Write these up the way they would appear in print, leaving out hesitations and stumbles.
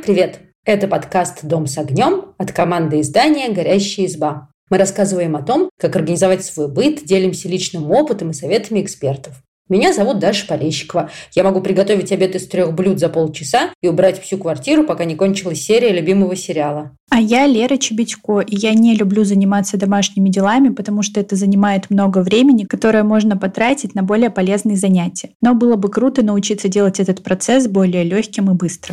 Привет! Это подкаст «Дом с огнем» от команды издания «Горящая изба». Мы рассказываем о том, как организовать свой быт, делимся личным опытом и советами экспертов. Меня зовут Даша Полещикова. Я могу приготовить обед из 3 блюд за полчаса и убрать всю квартиру, пока не кончилась серия любимого сериала. А я Лера Чебедько, и я не люблю заниматься домашними делами, потому что это занимает много времени, которое можно потратить на более полезные занятия. Но было бы круто научиться делать этот процесс более легким и быстрым.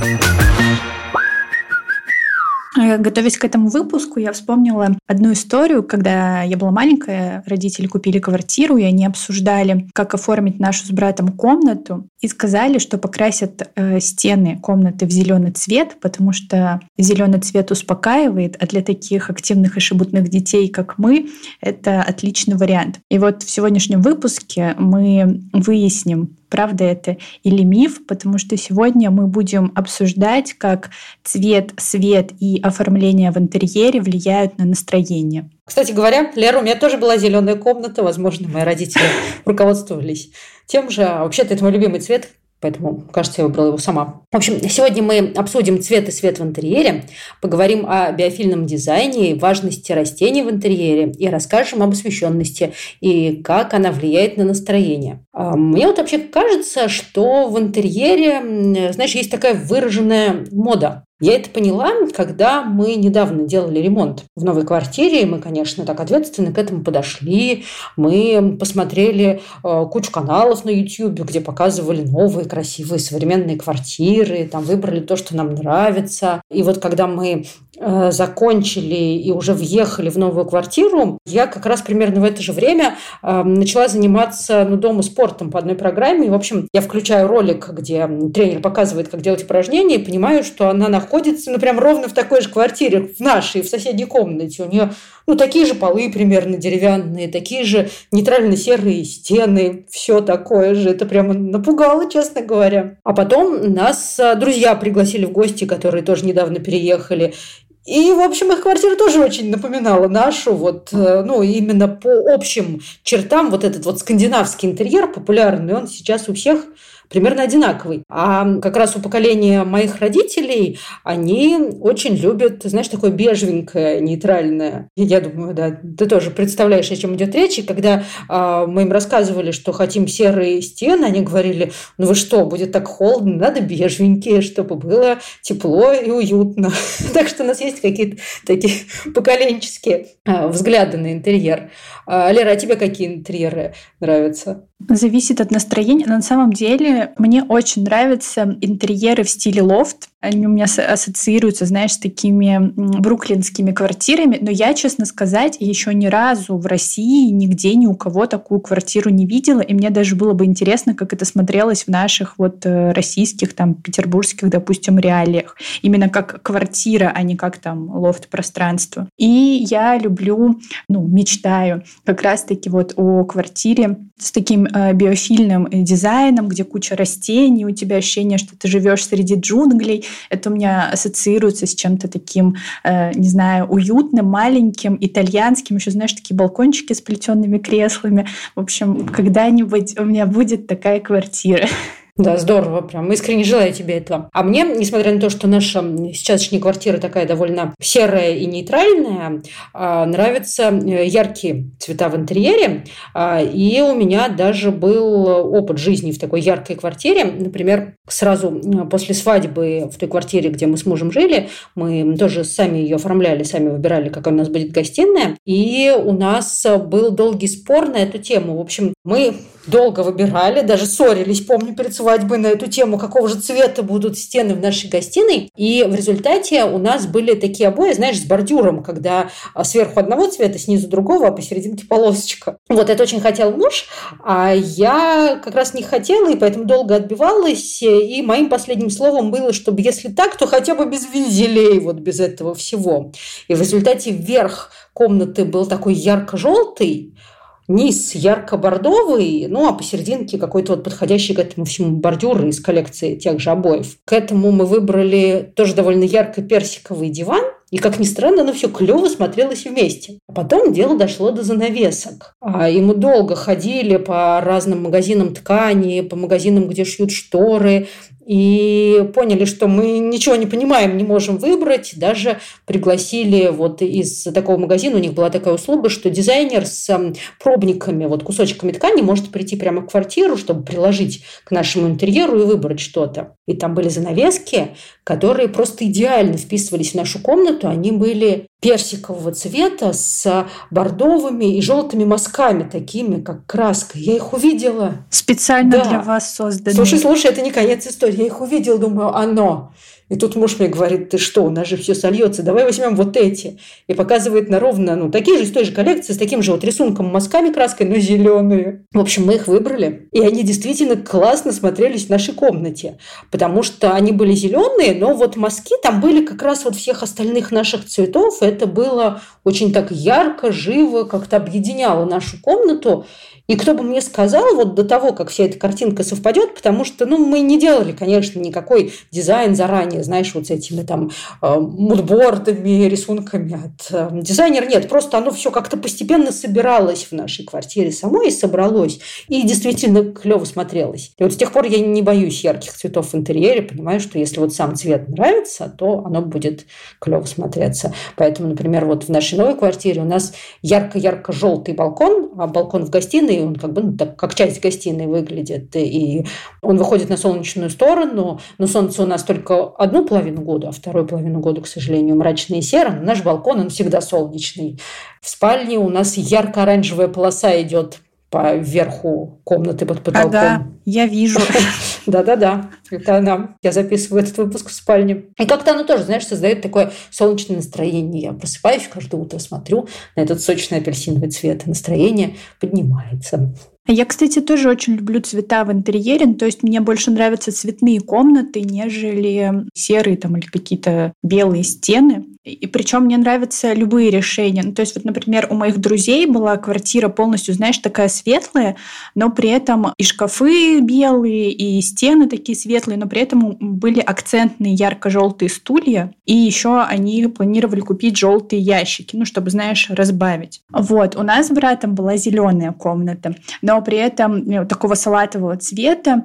Готовясь к этому выпуску, я вспомнила одну историю, когда я была маленькая, родители купили квартиру, и они обсуждали, как оформить нашу с братом комнату, и сказали, что покрасят стены комнаты в зеленый цвет, потому что зеленый цвет успокаивает, а для таких активных и шебутных детей, как мы, это отличный вариант. И вот в сегодняшнем выпуске мы выясним, правда это или миф, потому что сегодня мы будем обсуждать, как цвет, свет и оформление в интерьере влияют на настроение. Кстати говоря, Лера, у меня тоже была зеленая комната. Возможно, мои родители руководствовались тем же. А вообще-то это мой любимый цвет, поэтому, кажется, я выбрала его сама. В общем, сегодня мы обсудим цвет и свет в интерьере, поговорим о биофильном дизайне, важности растений в интерьере и расскажем об освещенности и как она влияет на настроение. Мне вот вообще кажется, что в интерьере, знаешь, есть такая выраженная мода. Я это поняла, когда мы недавно делали ремонт в новой квартире. Мы, конечно, так ответственно к этому подошли. Мы посмотрели кучу каналов на YouTube, где показывали новые, красивые, современные квартиры. Там выбрали то, что нам нравится. И вот когда мы закончили и уже въехали в новую квартиру, я как раз примерно в это же время начала заниматься дома спортом по одной программе. И, в общем, я включаю ролик, где тренер показывает, как делать упражнения, и понимаю, что она находится, прям ровно в такой же квартире, в нашей, в соседней комнате. У нее, такие же полы примерно деревянные, такие же нейтрально-серые стены, все такое же. Это прямо напугало, честно говоря. А потом нас друзья пригласили в гости, которые тоже недавно переехали. И, в общем, их квартира тоже очень напоминала нашу, именно по общим чертам. Вот этот вот скандинавский интерьер популярный, он сейчас у всех примерно одинаковый. А как раз у поколения моих родителей они очень любят, знаешь, такое бежевенькое, нейтральное. Я думаю, да, ты тоже представляешь, о чем идет речь. И когда мы им рассказывали, что хотим серые стены, они говорили, вы что, будет так холодно, надо бежевенькие, чтобы было тепло и уютно. Так что у нас есть какие-то такие поколенческие взгляды на интерьер. Лера, а тебе какие интерьеры нравятся? Зависит от настроения. На самом деле мне очень нравятся интерьеры в стиле лофт. Они у меня ассоциируются, знаешь, с такими бруклинскими квартирами. Но я, честно сказать, еще ни разу в России нигде ни у кого такую квартиру не видела. И мне даже было бы интересно, как это смотрелось в наших российских, петербургских, допустим, реалиях. Именно как квартира, а не как лофт-пространство. И я люблю, мечтаю как раз-таки о квартире с таким биофильным дизайном, где куча растений, у тебя ощущение, что ты живешь среди джунглей. Это у меня ассоциируется с чем-то таким, уютным, маленьким, итальянским. Еще, знаешь, такие балкончики с плетеными креслами. В общем, когда-нибудь у меня будет такая квартира. Да, здорово, прям искренне желаю тебе этого. А мне, несмотря на то, что наша сейчасшняя квартира такая довольно серая и нейтральная, нравятся яркие цвета в интерьере. И у меня даже был опыт жизни в такой яркой квартире. Например, сразу после свадьбы в той квартире, где мы с мужем жили, мы тоже сами ее оформляли, сами выбирали, какая у нас будет гостиная. И у нас был долгий спор на эту тему. В общем, мы долго выбирали, даже ссорились, помню, перед свадьбой на эту тему, какого же цвета будут стены в нашей гостиной. И в результате у нас были такие обои, знаешь, с бордюром, когда сверху одного цвета, снизу другого, а посерединке полосочка. Это очень хотел муж, а я как раз не хотела, и поэтому долго отбивалась. И моим последним словом было, чтобы если так, то хотя бы без вензелей, без этого всего. И в результате верх комнаты был такой ярко-желтый, низ ярко-бордовый, а посерединке какой-то подходящий к этому всему бордюр из коллекции тех же обоев. К этому мы выбрали тоже довольно ярко-персиковый диван, и, как ни странно, оно все клево смотрелось вместе. А потом дело дошло до занавесок. И мы долго ходили по разным магазинам ткани, по магазинам, где шьют шторы, и поняли, что мы ничего не понимаем, не можем выбрать. Даже пригласили вот из такого магазина, у них была такая услуга, что дизайнер с пробниками, вот кусочками ткани может прийти прямо в квартиру, чтобы приложить к нашему интерьеру и выбрать что-то. И там были занавески, которые просто идеально вписывались в нашу комнату. Они были персикового цвета с бордовыми и желтыми мазками, такими, как краска. Я их увидела. Специально для вас созданы. Слушай, это не конец истории. Я их увидела, думаю, оно. И тут муж мне говорит: ты что, у нас же все сольется, давай возьмем вот эти. И показывает на ровно, такие же из той же коллекции, с таким же вот рисунком, мазками, краской, но зеленые. В общем, мы их выбрали. И они действительно классно смотрелись в нашей комнате, потому что они были зеленые, но вот мазки там были как раз вот всех остальных наших цветов. Это было очень так ярко, живо, как-то объединяло нашу комнату. И кто бы мне сказал вот до того, как вся эта картинка совпадет, потому что, мы не делали, конечно, никакой дизайн заранее, знаешь, вот с этими там мудбордами, рисунками от дизайнера. Нет, просто оно все как-то постепенно собиралось в нашей квартире самой и собралось. И действительно клево смотрелось. И вот с тех пор я не боюсь ярких цветов в интерьере, понимаю, что если вот сам цвет нравится, то оно будет клево смотреться. Поэтому, например, вот в нашей новой квартире у нас ярко-ярко-желтый балкон, а балкон в гостиной, он так, как часть гостиной выглядит, и он выходит на солнечную сторону, но солнце у нас только одну половину года, а вторую половину года, к сожалению, мрачный и серый. Но наш балкон, он всегда солнечный. В спальне у нас ярко-оранжевая полоса идет по верху комнаты под потолком. Ага, я вижу. Да-да-да, это она. Я записываю этот выпуск в спальне. И как-то оно тоже, знаешь, создает такое солнечное настроение. Я просыпаюсь каждое утро, смотрю на этот сочный апельсиновый цвет, и настроение поднимается. Я, кстати, тоже очень люблю цвета в интерьере. То есть мне больше нравятся цветные комнаты, нежели серые там, или какие-то белые стены. И причем мне нравятся любые решения. То есть, вот, например, у моих друзей была квартира полностью, знаешь, такая светлая, но при этом и шкафы белые, и стены такие светлые, но при этом были акцентные ярко-желтые стулья. И еще они планировали купить желтые ящики, чтобы, знаешь, разбавить. Вот. У нас с братом была зеленая комната, но при этом такого салатового цвета.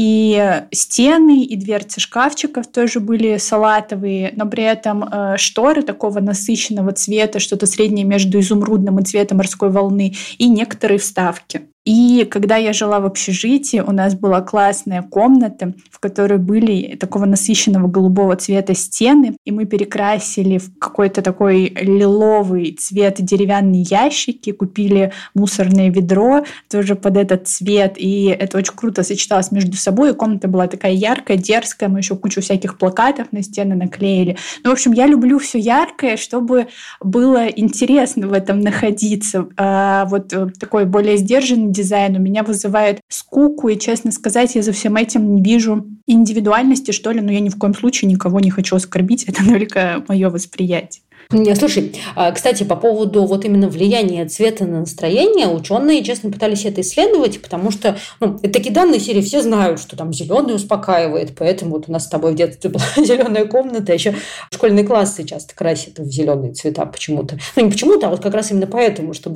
И стены, и дверцы шкафчиков тоже были салатовые, но при этом шторы такого насыщенного цвета, что-то среднее между изумрудным и цветом морской волны, и некоторые вставки. И когда я жила в общежитии, у нас была классная комната, в которой были такого насыщенного голубого цвета стены, и мы перекрасили в какой-то такой лиловый цвет деревянные ящики, купили мусорное ведро тоже под этот цвет, и это очень круто сочеталось между собой, и комната была такая яркая, дерзкая, мы еще кучу всяких плакатов на стены наклеили. В общем, я люблю все яркое, чтобы было интересно в этом находиться. А вот такой более сдержанный дизайн у меня вызывает скуку, и, честно сказать, я за всем этим не вижу индивидуальности, что ли, но я ни в коем случае никого не хочу оскорбить, это только мое восприятие. Слушай, кстати, по поводу вот именно влияния цвета на настроение, ученые, честно, пытались это исследовать, потому что, это такие данные серии, все знают, что там зеленый успокаивает, поэтому вот у нас с тобой в детстве была зеленая комната, еще школьные классы часто красят в зеленые цвета почему-то. Не почему-то, а вот как раз именно поэтому, чтобы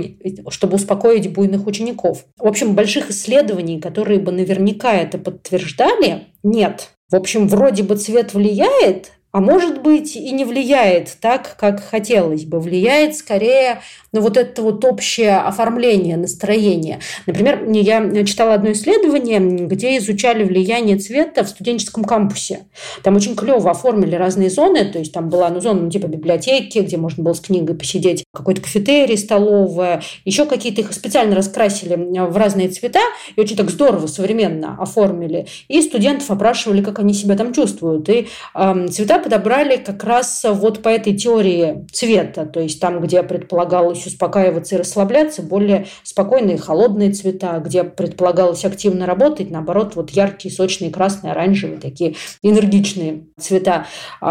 успокоить буйных учеников. В общем, больших исследований, которые бы наверняка это подтверждали, нет. В общем, вроде бы цвет влияет, а может быть и не влияет так, как хотелось бы. Влияет скорее вот это вот общее оформление настроения. Например, я читала одно исследование, где изучали влияние цвета в студенческом кампусе. Там очень клево оформили разные зоны. То есть там была зона типа библиотеки, где можно было с книгой посидеть, какой-то кафетерий, столовая. Еще какие-то их специально раскрасили в разные цвета и очень так здорово, современно оформили. И студентов опрашивали, как они себя там чувствуют. И цвета подобрали как раз вот по этой теории цвета. То есть там, где предполагалось успокаиваться и расслабляться, более спокойные холодные цвета, где предполагалось активно работать, наоборот, вот яркие, сочные, красные, оранжевые, такие энергичные цвета.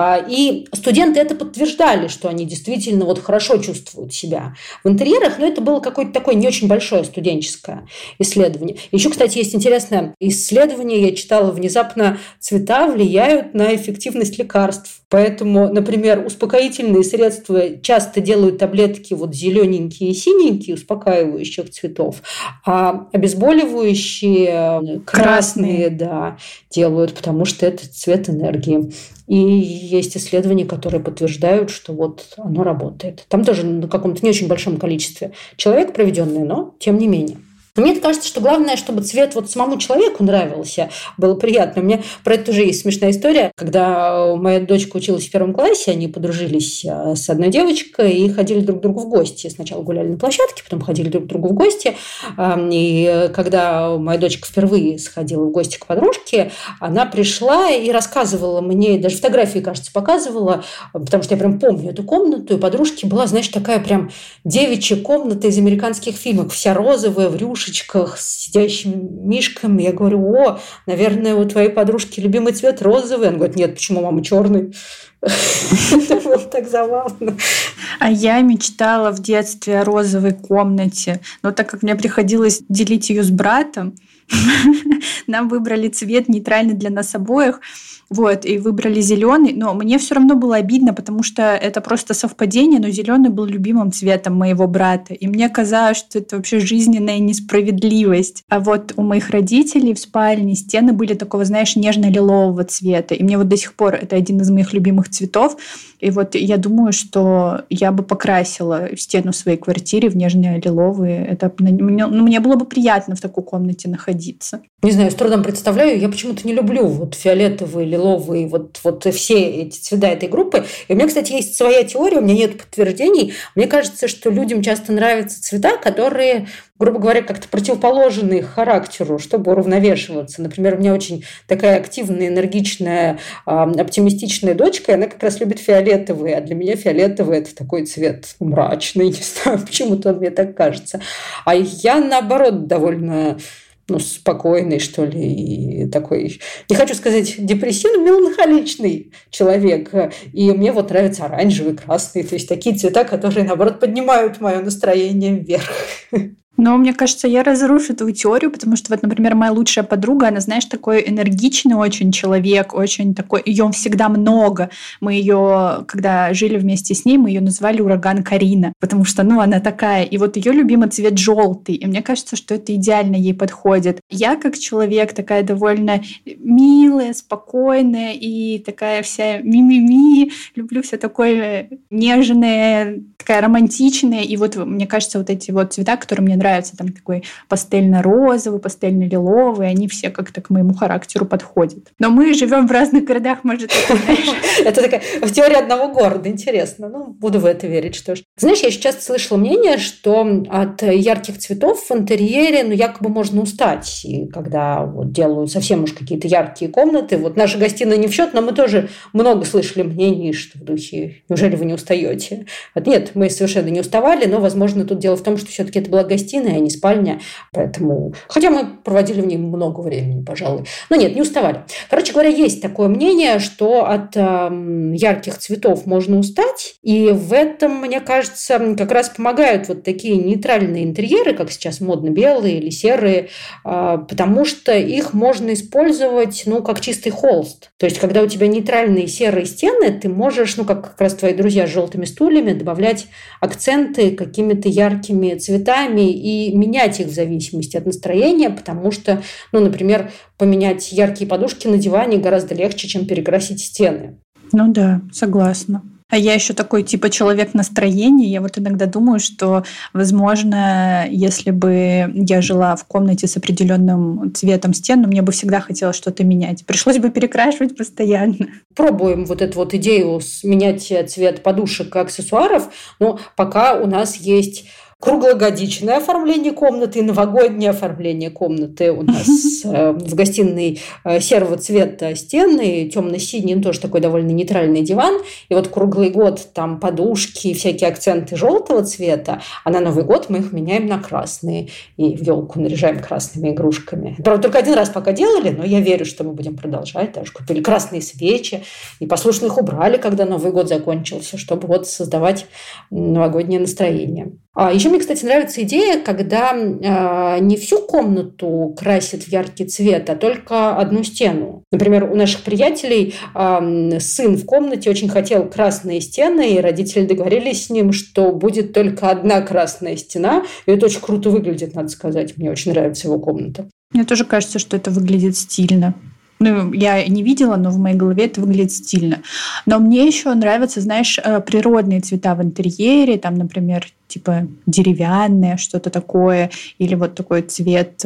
И студенты это подтверждали, что они действительно вот хорошо чувствуют себя в интерьерах, но это было какое-то такое не очень большое студенческое исследование. Еще, кстати, есть интересное исследование, я читала внезапно, цвета влияют на эффективность лекарств. лекарств. Поэтому, например, успокоительные средства часто делают таблетки вот зелененькие и синенькие, успокаивающих цветов, а обезболивающие красные, да, делают, потому что это цвет энергии. И есть исследования, которые подтверждают, что вот оно работает. Там тоже на каком-то не очень большом количестве человек проведенные, но тем не менее. Но мне кажется, что главное, чтобы цвет вот самому человеку нравился, было приятно. У меня про это тоже есть смешная история. Когда моя дочка училась в 1 классе, они подружились с одной девочкой и ходили друг к другу в гости. Сначала гуляли на площадке, потом ходили друг к другу в гости. И когда моя дочка впервые сходила в гости к подружке, она пришла и рассказывала мне, даже фотографии, кажется, показывала, потому что я прям помню эту комнату. И подружки была, знаешь, такая прям девичья комната из американских фильмов, вся розовая, в рюшечках, с сидящими мишками. Я говорю: о, наверное, у твоей подружки любимый цвет розовый. Она говорит: нет, почему, мама, черный? Это было так забавно. А я мечтала в детстве о розовой комнате. Но так как мне приходилось делить ее с братом, нам выбрали цвет нейтральный для нас обоих. Вот, и выбрали зеленый, но мне все равно было обидно, потому что это просто совпадение, но зеленый был любимым цветом моего брата. И мне казалось, что это вообще жизненная несправедливость. А вот у моих родителей в спальне стены были такого, знаешь, нежно-лилового цвета. И мне вот до сих пор это один из моих любимых цветов. И вот я думаю, что я бы покрасила стену в своей квартире в нежно-лиловые. Это мне было бы приятно в такой комнате находиться. Не знаю, с трудом представляю. Я почему-то не люблю вот фиолетовые, лиловые, вот все эти цвета этой группы. И у меня, кстати, есть своя теория, у меня нет подтверждений. Мне кажется, что людям часто нравятся цвета, которые, грубо говоря, как-то противоположны их характеру, чтобы уравновешиваться. Например, у меня очень такая активная, энергичная, оптимистичная дочка, и она как раз любит фиолетовые, а для меня фиолетовый – это такой цвет мрачный, не знаю, почему-то мне так кажется. А я, наоборот, довольно спокойный, что ли, и такой, не хочу сказать депрессивный, меланхоличный человек. И мне вот нравятся оранжевый, красный, то есть такие цвета, которые, наоборот, поднимают мое настроение вверх. Но мне кажется, я разрушу твою теорию, потому что, вот, например, моя лучшая подруга, она, знаешь, такой энергичный очень человек, очень такой, ее всегда много. Мы ее, когда жили вместе с ней, мы ее назвали ураган Карина, потому что, она такая. И вот ее любимый цвет желтый. И мне кажется, что это идеально ей подходит. Я, как человек, такая довольно милая, спокойная и такая вся ми-ми-ми. Люблю все такое нежное, такая романтичная. И вот, мне кажется, вот эти вот цвета, которые мне нравятся, там такой пастельно-розовый, пастельно-лиловый, они все как-то к моему характеру подходят. Но мы живем в разных городах, может, это, знаешь. Это такая теория одного города, интересно. Буду в это верить, что ж. Знаешь, я еще часто слышала мнение, что от ярких цветов в интерьере, якобы можно устать. И когда вот делают совсем уж какие-то яркие комнаты, вот наша гостиная не в счет, но мы тоже много слышали мнений, что в духе: неужели вы не устаете? Вот нет, мы совершенно не уставали, но, возможно, тут дело в том, что все-таки это была гостиная, а не спальня. Поэтому... Хотя мы проводили в ней много времени, пожалуй. Но нет, не уставали. Короче говоря, есть такое мнение, что от ярких цветов можно устать. И в этом, мне кажется, как раз помогают вот такие нейтральные интерьеры, как сейчас модно, белые или серые, потому что их можно использовать, как чистый холст. То есть, когда у тебя нейтральные серые стены, ты можешь, как раз твои друзья с желтыми стульями, добавлять акценты какими-то яркими цветами и менять их в зависимости от настроения, потому что, например, поменять яркие подушки на диване гораздо легче, чем перекрасить стены. Да, согласна. А я еще такой типа человек настроения. Я вот иногда думаю, что, возможно, если бы я жила в комнате с определенным цветом стен, мне бы всегда хотелось что-то менять. Пришлось бы перекрашивать постоянно. Пробуем вот эту вот идею менять цвет подушек и аксессуаров, но пока у нас есть круглогодичное оформление комнаты и новогоднее оформление комнаты. У нас в гостиной серого цвета стены, темно-синий, тоже такой довольно нейтральный диван. И вот круглый год там подушки и всякие акценты желтого цвета, а на Новый год мы их меняем на красные. И в елку наряжаем красными игрушками. Правда, только один раз пока делали, но я верю, что мы будем продолжать. Даже купили красные свечи и послушно их убрали, когда Новый год закончился, чтобы создавать новогоднее настроение. А еще мне, кстати, нравится идея, когда не всю комнату красят в яркий цвет, а только одну стену. Например, у наших приятелей сын в комнате очень хотел красные стены, и родители договорились с ним, что будет только одна красная стена. И это очень круто выглядит, надо сказать. Мне очень нравится его комната. Мне тоже кажется, что это выглядит стильно. Ну, я не видела, но в моей голове это выглядит стильно. Но мне еще нравятся, знаешь, природные цвета в интерьере, там, например, типа деревянное, что-то такое, или вот такой цвет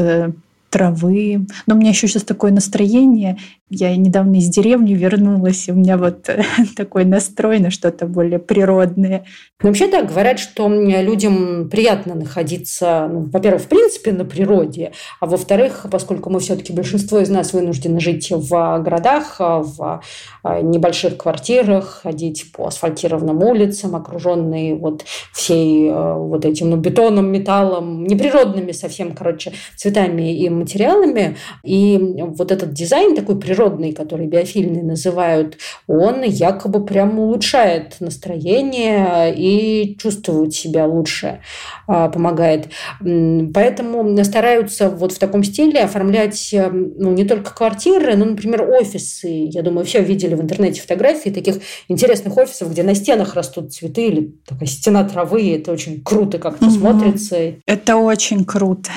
травы. Но у меня еще сейчас такое настроение. Я недавно из деревни вернулась, и у меня вот такой настрой на что-то более природное. Но вообще, да, говорят, что людям приятно находиться, во-первых, в принципе, на природе, а во-вторых, поскольку мы все-таки большинство из нас вынуждены жить в городах, в небольших квартирах, ходить по асфальтированным улицам, окруженные вот всей вот этим бетоном, металлом, неприродными совсем, цветами и материалами. И вот этот дизайн такой природный, который биофильный называют, он якобы прям улучшает настроение и чувствовать себя лучше помогает. Поэтому стараются вот в таком стиле оформлять не только квартиры, но, например, офисы. Я думаю, все видели в интернете фотографии таких интересных офисов, где на стенах растут цветы или такая стена травы. Это очень круто как-то смотрится. Это очень круто.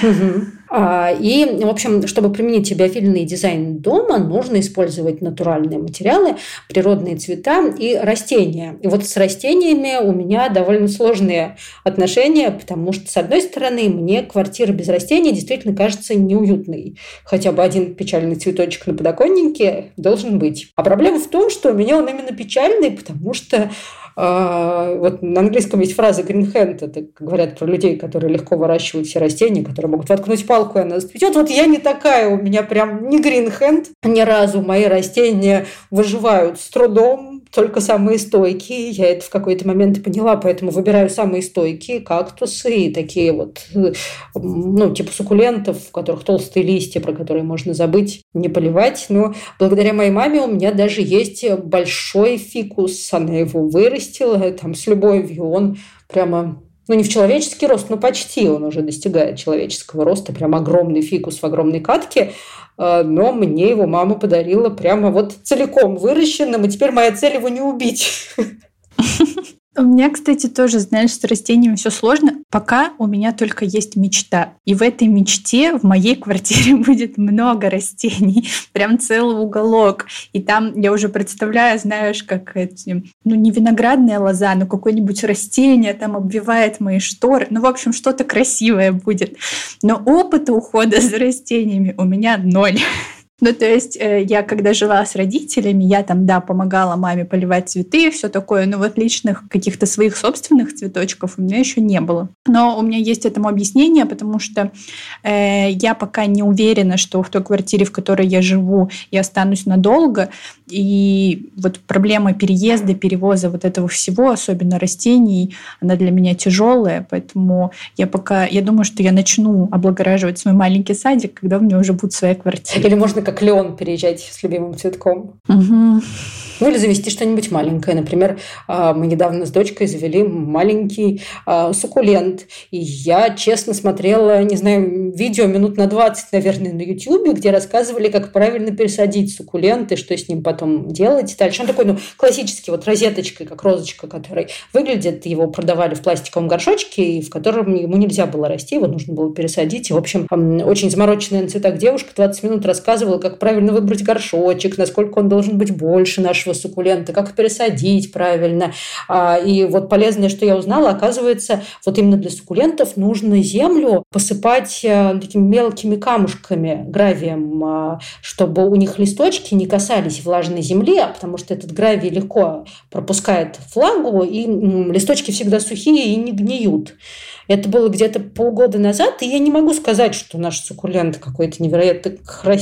И, в общем, чтобы применить биофильный дизайн дома, нужно использовать натуральные материалы, природные цвета и растения. И вот с растениями у меня довольно сложные отношения, потому что, с одной стороны, мне квартира без растений действительно кажется неуютной. Хотя бы один печальный цветочек на подоконнике должен быть. А проблема в том, что у меня он именно печальный, потому что вот на английском есть фраза green hand, это говорят про людей, которые легко выращивают все растения, которые могут воткнуть палку, и она зацветет. Вот я не такая, у меня прям не green hand. Ни разу мои растения выживают с трудом, только самые стойкие. Я это в какой-то момент поняла, поэтому выбираю самые стойкие кактусы и такие вот, типа суккулентов, у которых толстые листья, про которые можно забыть, не поливать. Но благодаря моей маме у меня даже есть большой фикус. Она его вырастила там с любовью. Он прямо, не в человеческий рост, но почти он уже достигает человеческого роста. Прям огромный фикус в огромной катке. Но мне его мама подарила прямо вот целиком выращенным, и теперь моя цель его не убить. У меня, кстати, тоже, знаешь, с растениями все сложно. Пока у меня только есть мечта. И в этой мечте в моей квартире будет много растений. Прям целый уголок. И там я уже представляю, знаешь, как эти... не виноградная лоза, но какое-нибудь растение там обвивает мои шторы. В общем, что-то красивое будет. Но опыта ухода за растениями у меня 0. То есть я, когда жила с родителями, я там, помогала маме поливать цветы, все такое, но вот личных каких-то своих собственных цветочков у меня еще не было. Но у меня есть этому объяснение, потому что я пока не уверена, что в той квартире, в которой я живу, я останусь надолго. И вот проблема переезда, перевоза вот этого всего, особенно растений, она для меня тяжелая, поэтому я думаю, что я начну облагораживать свой маленький садик, когда у меня уже будет своя квартира. Или можно как Леон переезжать с любимым цветком. Угу. Или завести что-нибудь маленькое. Например, мы недавно с дочкой завели маленький суккулент. И я, честно, смотрела, видео минут на 20, наверное, на YouTube, где рассказывали, как правильно пересадить суккулент и что с ним потом делать. Дальше он такой, классический, вот розеточкой, как розочка, который выглядит. Его продавали в пластиковом горшочке, в котором ему нельзя было расти, его нужно было пересадить. И, в общем, очень замороченная на цветах девушка 20 минут рассказывала, как правильно выбрать горшочек, насколько он должен быть больше нашего суккулента, как пересадить правильно. И вот полезное, что я узнала, оказывается, вот именно для суккулентов нужно землю посыпать такими мелкими камушками, гравием, чтобы у них листочки не касались влажной земли, потому что этот гравий легко пропускает влагу, и листочки всегда сухие и не гниют. Это было где-то полгода назад, и я не могу сказать, что наш суккулент какой-то невероятно красивый.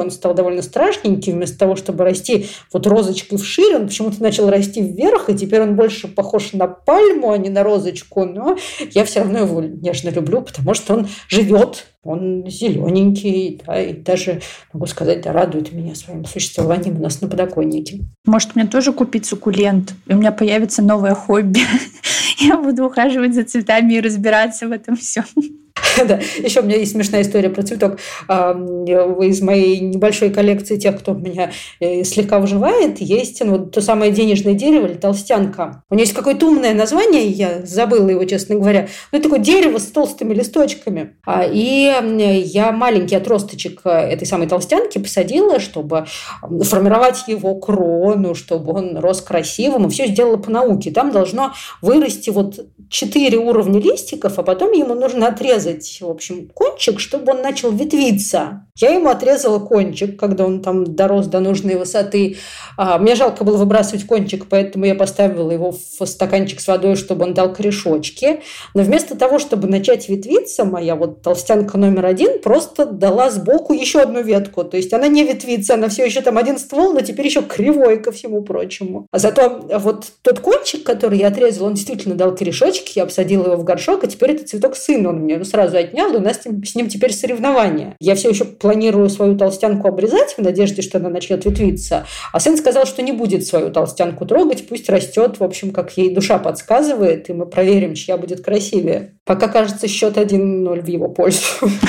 он стал довольно страшненький. Вместо того, чтобы расти вот розочкой вширь, он почему-то начал расти вверх, и теперь он больше похож на пальму, а не на розочку. Но я все равно его нежно люблю, потому что он живет, он зелененький, да, и даже, могу сказать, да, радует меня своим существованием у нас на подоконнике. Может, мне тоже купить суккулент, и у меня появится новое хобби. Я буду ухаживать за цветами и разбираться в этом всем. Да. Еще у меня есть смешная история про цветок. Из моей небольшой коллекции тех, кто у меня слегка выживает, есть то самое денежное дерево или толстянка. У нее есть какое-то умное название, я забыла его, честно говоря. Но это такое дерево с толстыми листочками. И я маленький отросточек этой самой толстянки посадила, чтобы формировать его крону, чтобы он рос красивым, и все сделала по науке. Там должно вырасти 4 уровня листиков, а потом ему нужно отрезать, в общем, кончик, чтобы он начал ветвиться. Я ему отрезала кончик, когда он там дорос до нужной высоты. Мне жалко было выбрасывать кончик, поэтому я поставила его в стаканчик с водой, чтобы он дал корешочки. Но вместо того, чтобы начать ветвиться, моя толстянка номер 1 просто дала сбоку еще одну ветку. То есть она не ветвится, она все еще там один ствол, но теперь еще кривой ко всему прочему. А зато тот кончик, который я отрезала, он действительно дал корешочки, я обсадила его в горшок, а теперь это цветок сына. Он мне сразу отнял, и у нас с ним теперь соревнования. Я все еще планирую свою толстянку обрезать в надежде, что она начнет ветвиться. А сын сказал, что не будет свою толстянку трогать, пусть растет, в общем, как ей душа подсказывает, и мы проверим, чья будет красивее. Пока, кажется, счет 1-0 в его пользу.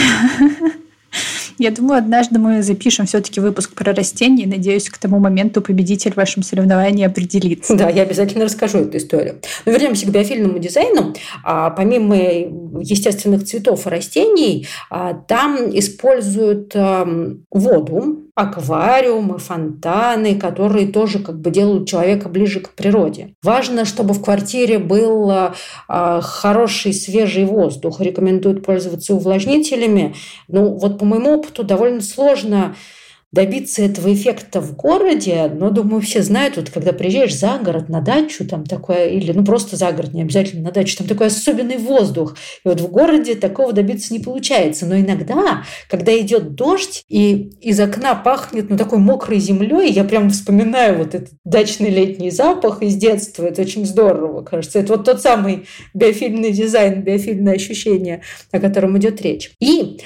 Я думаю, однажды мы запишем все-таки выпуск про растения, и, надеюсь, к тому моменту победитель в вашем соревновании определится. Да, я обязательно расскажу эту историю. Но вернемся к биофильному дизайну. Помимо естественных цветов и растений, там используют воду, аквариумы, фонтаны, которые тоже делают человека ближе к природе. Важно, чтобы в квартире был хороший свежий воздух. Рекомендуют пользоваться увлажнителями. По моему опыту довольно сложно добиться этого эффекта в городе, но, думаю, все знают, когда приезжаешь за город, на дачу, там такое, или просто за город, не обязательно на дачу, там такой особенный воздух. И в городе такого добиться не получается. Но иногда, когда идет дождь, и из окна пахнет такой мокрой землей, я прям вспоминаю этот дачный летний запах из детства. Это очень здорово, кажется. Это тот самый биофильный дизайн, биофильное ощущение, о котором идет речь. И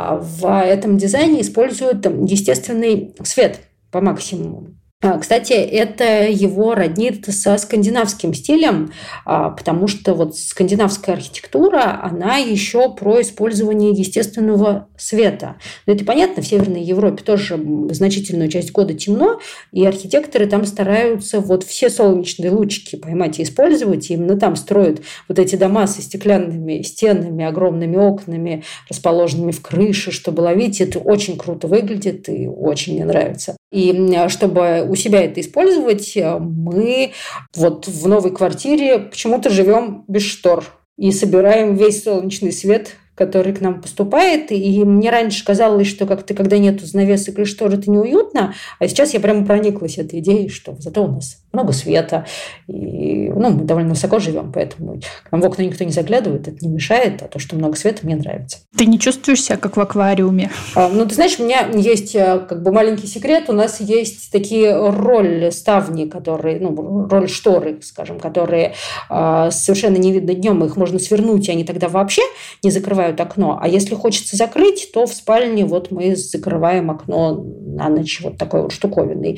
в этом дизайне используют естественно свет по максимуму. Кстати, это его роднит со скандинавским стилем, потому что скандинавская архитектура, она еще про использование естественного света. Но это понятно, в Северной Европе тоже значительную часть года темно, и архитекторы там стараются все солнечные лучики поймать и использовать, и именно там строят эти дома со стеклянными стенами, огромными окнами, расположенными в крыше, чтобы ловить. Это очень круто выглядит и очень мне нравится. И чтобы у себя это использовать, мы в новой квартире почему-то живем без штор и собираем весь солнечный свет, который к нам поступает. И мне раньше казалось, что когда нет занавесок и штор, это неуютно, а сейчас я прямо прониклась этой идеей, что зато у нас много света, и мы довольно высоко живем, поэтому к нам в окна никто не заглядывает, это не мешает, а то, что много света, мне нравится. Ты не чувствуешь себя как в аквариуме? Ты знаешь, у меня есть маленький секрет, у нас есть такие роль-ставни, которые, роль-шторы, скажем, которые совершенно не видно днем, их можно свернуть, и они тогда вообще не закрывают окно. А если хочется закрыть, то в спальне мы закрываем окно на ночь такой штуковиной.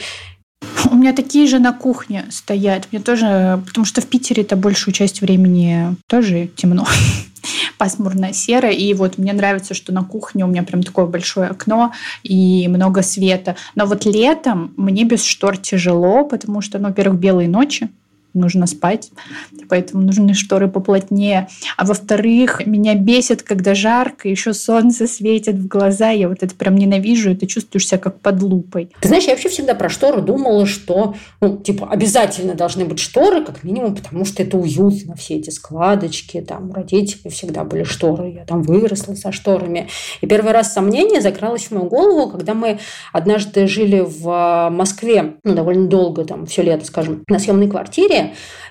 У меня такие же на кухне стоят. Мне тоже, потому что в Питере это большую часть времени тоже темно. Пасмурно, серо. И мне нравится, что на кухне у меня прям такое большое окно и много света. Но летом мне без штор тяжело, потому что, во-первых, белые ночи. Нужно спать, поэтому нужны шторы поплотнее. А во-вторых, меня бесит, когда жарко, еще солнце светит в глаза. Я это прям ненавижу, и ты чувствуешь себя как под лупой. Ты знаешь, я вообще всегда про шторы думала, что обязательно должны быть шторы, как минимум, потому что это уютно, все эти складочки. Там у родителей всегда были шторы, я там выросла со шторами. И первый раз сомнение закралось в мою голову, когда мы однажды жили в Москве, довольно долго, все лето, скажем, на съемной квартире.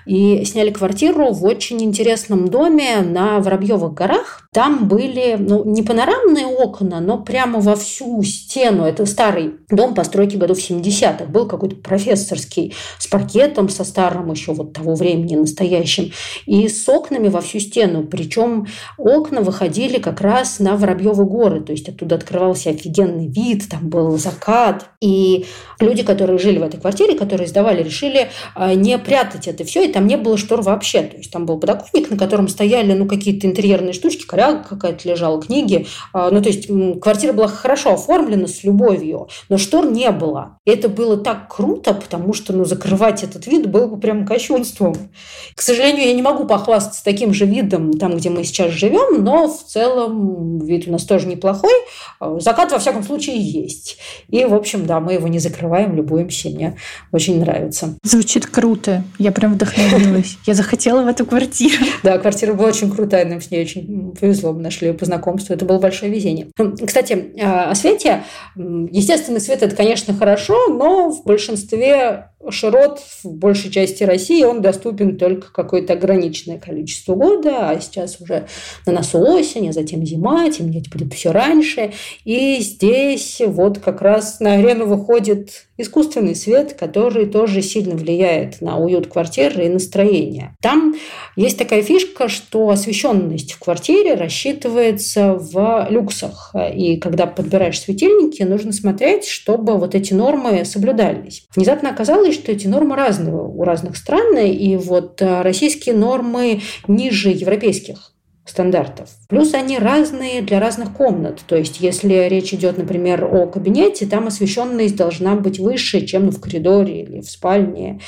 И сняли квартиру в очень интересном доме на Воробьевых горах. Там были, не панорамные окна, но прямо во всю стену. Это старый дом постройки годов 70-х. Был какой-то профессорский с паркетом, со старым еще вот того времени настоящим. И с окнами во всю стену. Причем окна выходили как раз на Воробьевы горы. То есть оттуда открывался офигенный вид, там был закат. И люди, которые жили в этой квартире, которые сдавали, решили не прятать это все. И там не было штор вообще. То есть там был подоконник, на котором стояли какие-то интерьерные штучки, коряга какая-то лежала, книги. То есть квартира была хорошо оформлена, с любовью, но штор не было. И это было так круто, потому что закрывать этот вид было бы прям кощунством. К сожалению, я не могу похвастаться таким же видом там, где мы сейчас живем, но в целом вид у нас тоже неплохой. Закат, во всяком случае, есть. И, в общем, да, мы его не закрываем, любуемся. Мне очень нравится. Звучит круто. Я прям вдохновилась. Я захотела в эту квартиру. Да, квартира была очень крутая, нам с ней очень повезло. Мы нашли ее по знакомству. Это было большое везение. Кстати, о свете. Естественный свет – это, конечно, хорошо, но в большинстве широт, в большей части России, он доступен только какое-то ограниченное количество года, а сейчас уже на носу осень, а затем зима, темнеть будет все раньше. И здесь вот как раз на арену выходит искусственный свет, который тоже сильно влияет на уют квартиры и настроение. Там есть такая фишка, что освещенность в квартире рассчитывается в люксах. И когда подбираешь светильники, нужно смотреть, чтобы вот эти нормы соблюдались. Внезапно оказалось, что эти нормы разные у разных стран, и вот российские нормы ниже европейских стандартов. Плюс они разные для разных комнат. То есть, если речь идет, например, о кабинете, там освещенность должна быть выше, чем в коридоре или в спальне.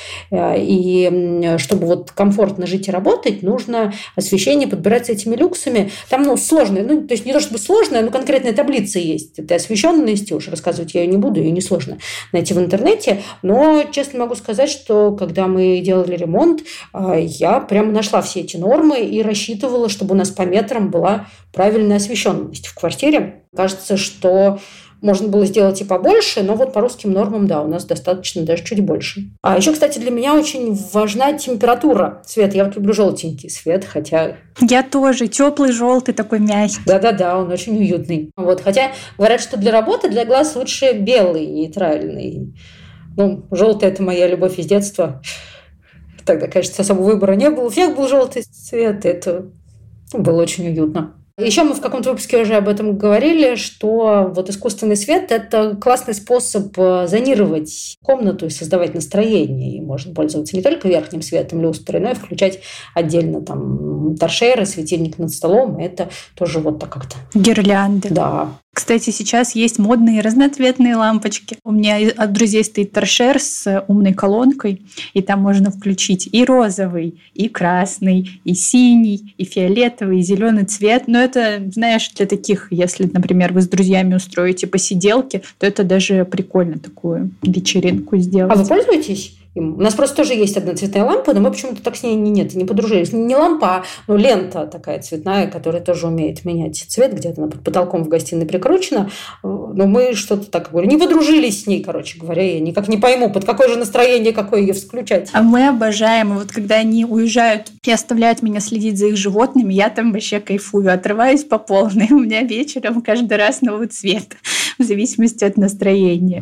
И чтобы вот комфортно жить и работать, нужно освещение подбирать с этими люксами. Там, сложно. То есть, не то чтобы сложно, но конкретная таблица есть этой освещенности. Уж рассказывать я ее не буду, ее несложно найти в интернете. Но, честно могу сказать, что когда мы делали ремонт, я прямо нашла все эти нормы и рассчитывала, чтобы у нас по метрам была правильная освещенность в квартире. Кажется, что можно было сделать и побольше, но вот по русским нормам, да, у нас достаточно даже чуть больше. А еще, кстати, для меня очень важна температура света. Я вот люблю желтенький свет, хотя... Я тоже. Теплый, желтый, такой мягкий. Да-да-да, он очень уютный. Вот, хотя говорят, что для работы, для глаз лучше белый, нейтральный. Желтый – это моя любовь из детства. Тогда, кажется, особого выбора не было. У всех был желтый цвет, это... было очень уютно. Еще мы в каком-то выпуске уже об этом говорили, что вот искусственный свет – это классный способ зонировать комнату и создавать настроение. И можно пользоваться не только верхним светом люстры, но и включать отдельно там торшеры, светильник над столом. Это тоже вот так как-то. Гирлянды. Да. Кстати, сейчас есть модные разноцветные лампочки. У меня от друзей стоит торшер с умной колонкой, и там можно включить и розовый, и красный, и синий, и фиолетовый, и зеленый цвет. Но это, знаешь, для таких, если, например, вы с друзьями устроите посиделки, то это даже прикольно такую вечеринку сделать. А вы пользуетесь? У нас просто тоже есть одноцветная лампа, но мы почему-то так с ней не подружились. Не лампа, но лента такая цветная, которая тоже умеет менять цвет, где-то она под потолком в гостиной прикручена. Но мы что-то так, говорю, не подружились с ней, короче говоря. Я никак не пойму, под какое же настроение, какое ее включать. А мы обожаем. Вот когда они уезжают и оставляют меня следить за их животными, я там вообще кайфую, отрываюсь по полной. У меня вечером каждый раз новый цвет, в зависимости от настроения.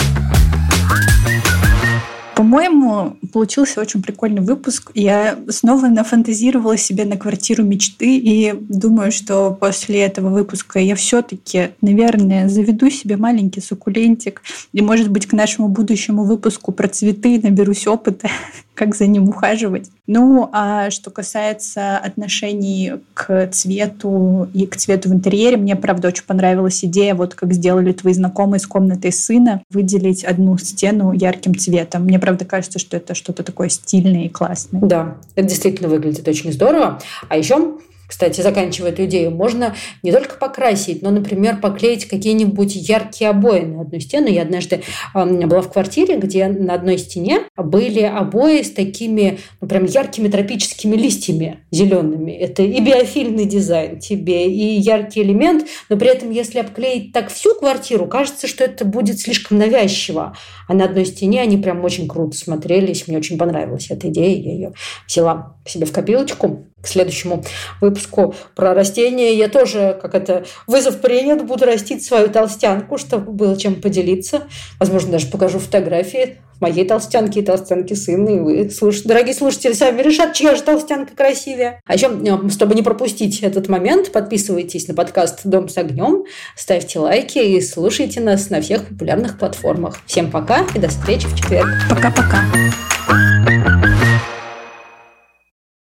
По-моему, получился очень прикольный выпуск. Я снова нафантазировала себе на квартиру мечты и думаю, что после этого выпуска я все-таки, наверное, заведу себе маленький суккулентик и, может быть, к нашему будущему выпуску про цветы наберусь опыта, как за ним ухаживать. А что касается отношений к цвету и к цвету в интерьере, мне, правда, очень понравилась идея, вот как сделали твои знакомые с комнатой сына, выделить одну стену ярким цветом. Мне, правда, кажется, что это что-то такое стильное и классное. Да, это действительно выглядит очень здорово. А еще, кстати, заканчивая эту идею, можно не только покрасить, но, например, поклеить какие-нибудь яркие обои на одну стену. Я однажды была в квартире, где на одной стене были обои с такими, прям яркими тропическими листьями зелеными. Это и биофильный дизайн тебе, и яркий элемент, но при этом, если обклеить так всю квартиру, кажется, что это будет слишком навязчиво. А на одной стене они прям очень круто смотрелись. Мне очень понравилась эта идея. Я ее взяла себе в копилочку. К следующему выпуску про растения я тоже, вызов принят, буду растить свою толстянку, чтобы было чем поделиться. Возможно, даже покажу фотографии моей толстянки и толстянки сына. И вы, дорогие слушатели, сами решат, чья же толстянка красивее. А еще, чтобы не пропустить этот момент, подписывайтесь на подкаст «Дом с огнем», ставьте лайки и слушайте нас на всех популярных платформах. Всем пока и до встречи в четверг. Пока-пока.